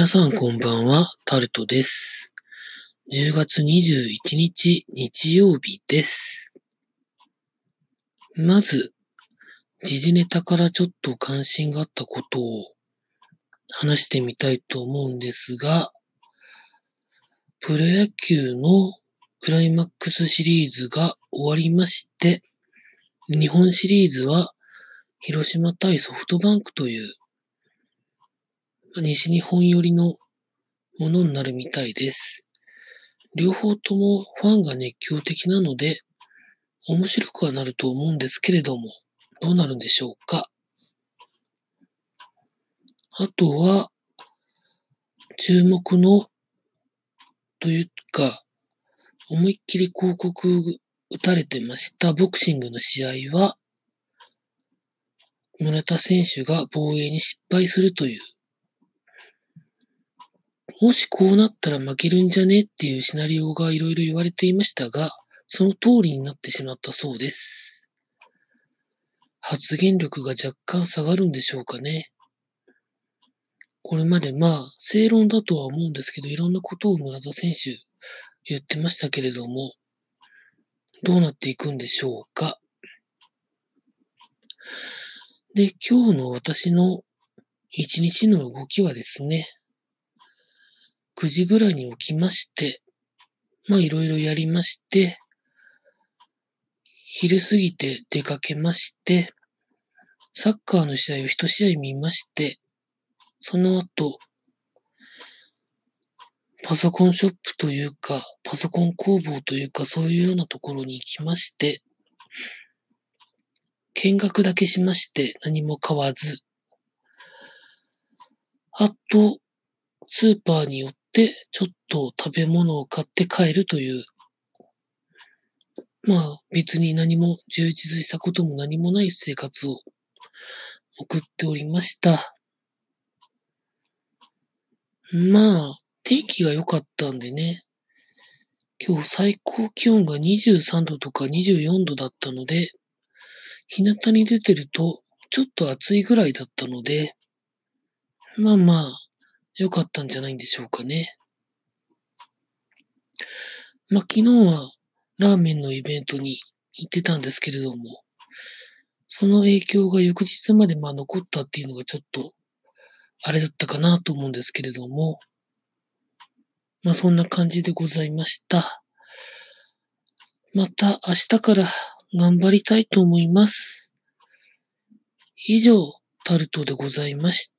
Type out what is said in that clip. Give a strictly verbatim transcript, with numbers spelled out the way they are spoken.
皆さんこんばんは、タルトです。じゅうがつにじゅういちにち日曜日です。まず、時事ネタからちょっと関心があったことを話してみたいと思うんですが、プロ野球のクライマックスシリーズが終わりまして、日本シリーズは広島対ソフトバンクという西日本寄りのものになるみたいです。両方ともファンが熱狂的なので、面白くはなると思うんですけれども、どうなるんでしょうか。あとは、注目の、というか、思いっきり広告打たれてましたボクシングの試合は、村田選手が防衛に失敗するという、もしこうなったら負けるんじゃねっていうシナリオがいろいろ言われていましたが、その通りになってしまったそうです。発言力が若干下がるんでしょうかね。これまでまあ、正論だとは思うんですけど、いろんなことを村田選手言ってましたけれども、どうなっていくんでしょうか。で、今日の私の一日の動きはですね、くじぐらいに起きまして、まあいろいろやりまして、昼過ぎて出かけまして、サッカーの試合を一試合見まして、その後、パソコンショップというか、パソコン工房というか、そういうようなところに行きまして、見学だけしまして何も買わず、あと、スーパーに寄ってちょっと食べ物を買って帰るという、まあ別に何も充実したことも何もない生活を送っておりました。まあ、天気が良かったんでね、今日最高気温がにじゅうさんどとかにじゅうよんどだったので、日向に出てるとちょっと暑いぐらいだったので、まあまあ、良かったんじゃないんでしょうかね。まあ昨日はラーメンのイベントに行ってたんですけれども、その影響が翌日までまあ残ったっていうのがちょっとあれだったかなと思うんですけれども、まあそんな感じでございました。また明日から頑張りたいと思います。以上、タルトでございました。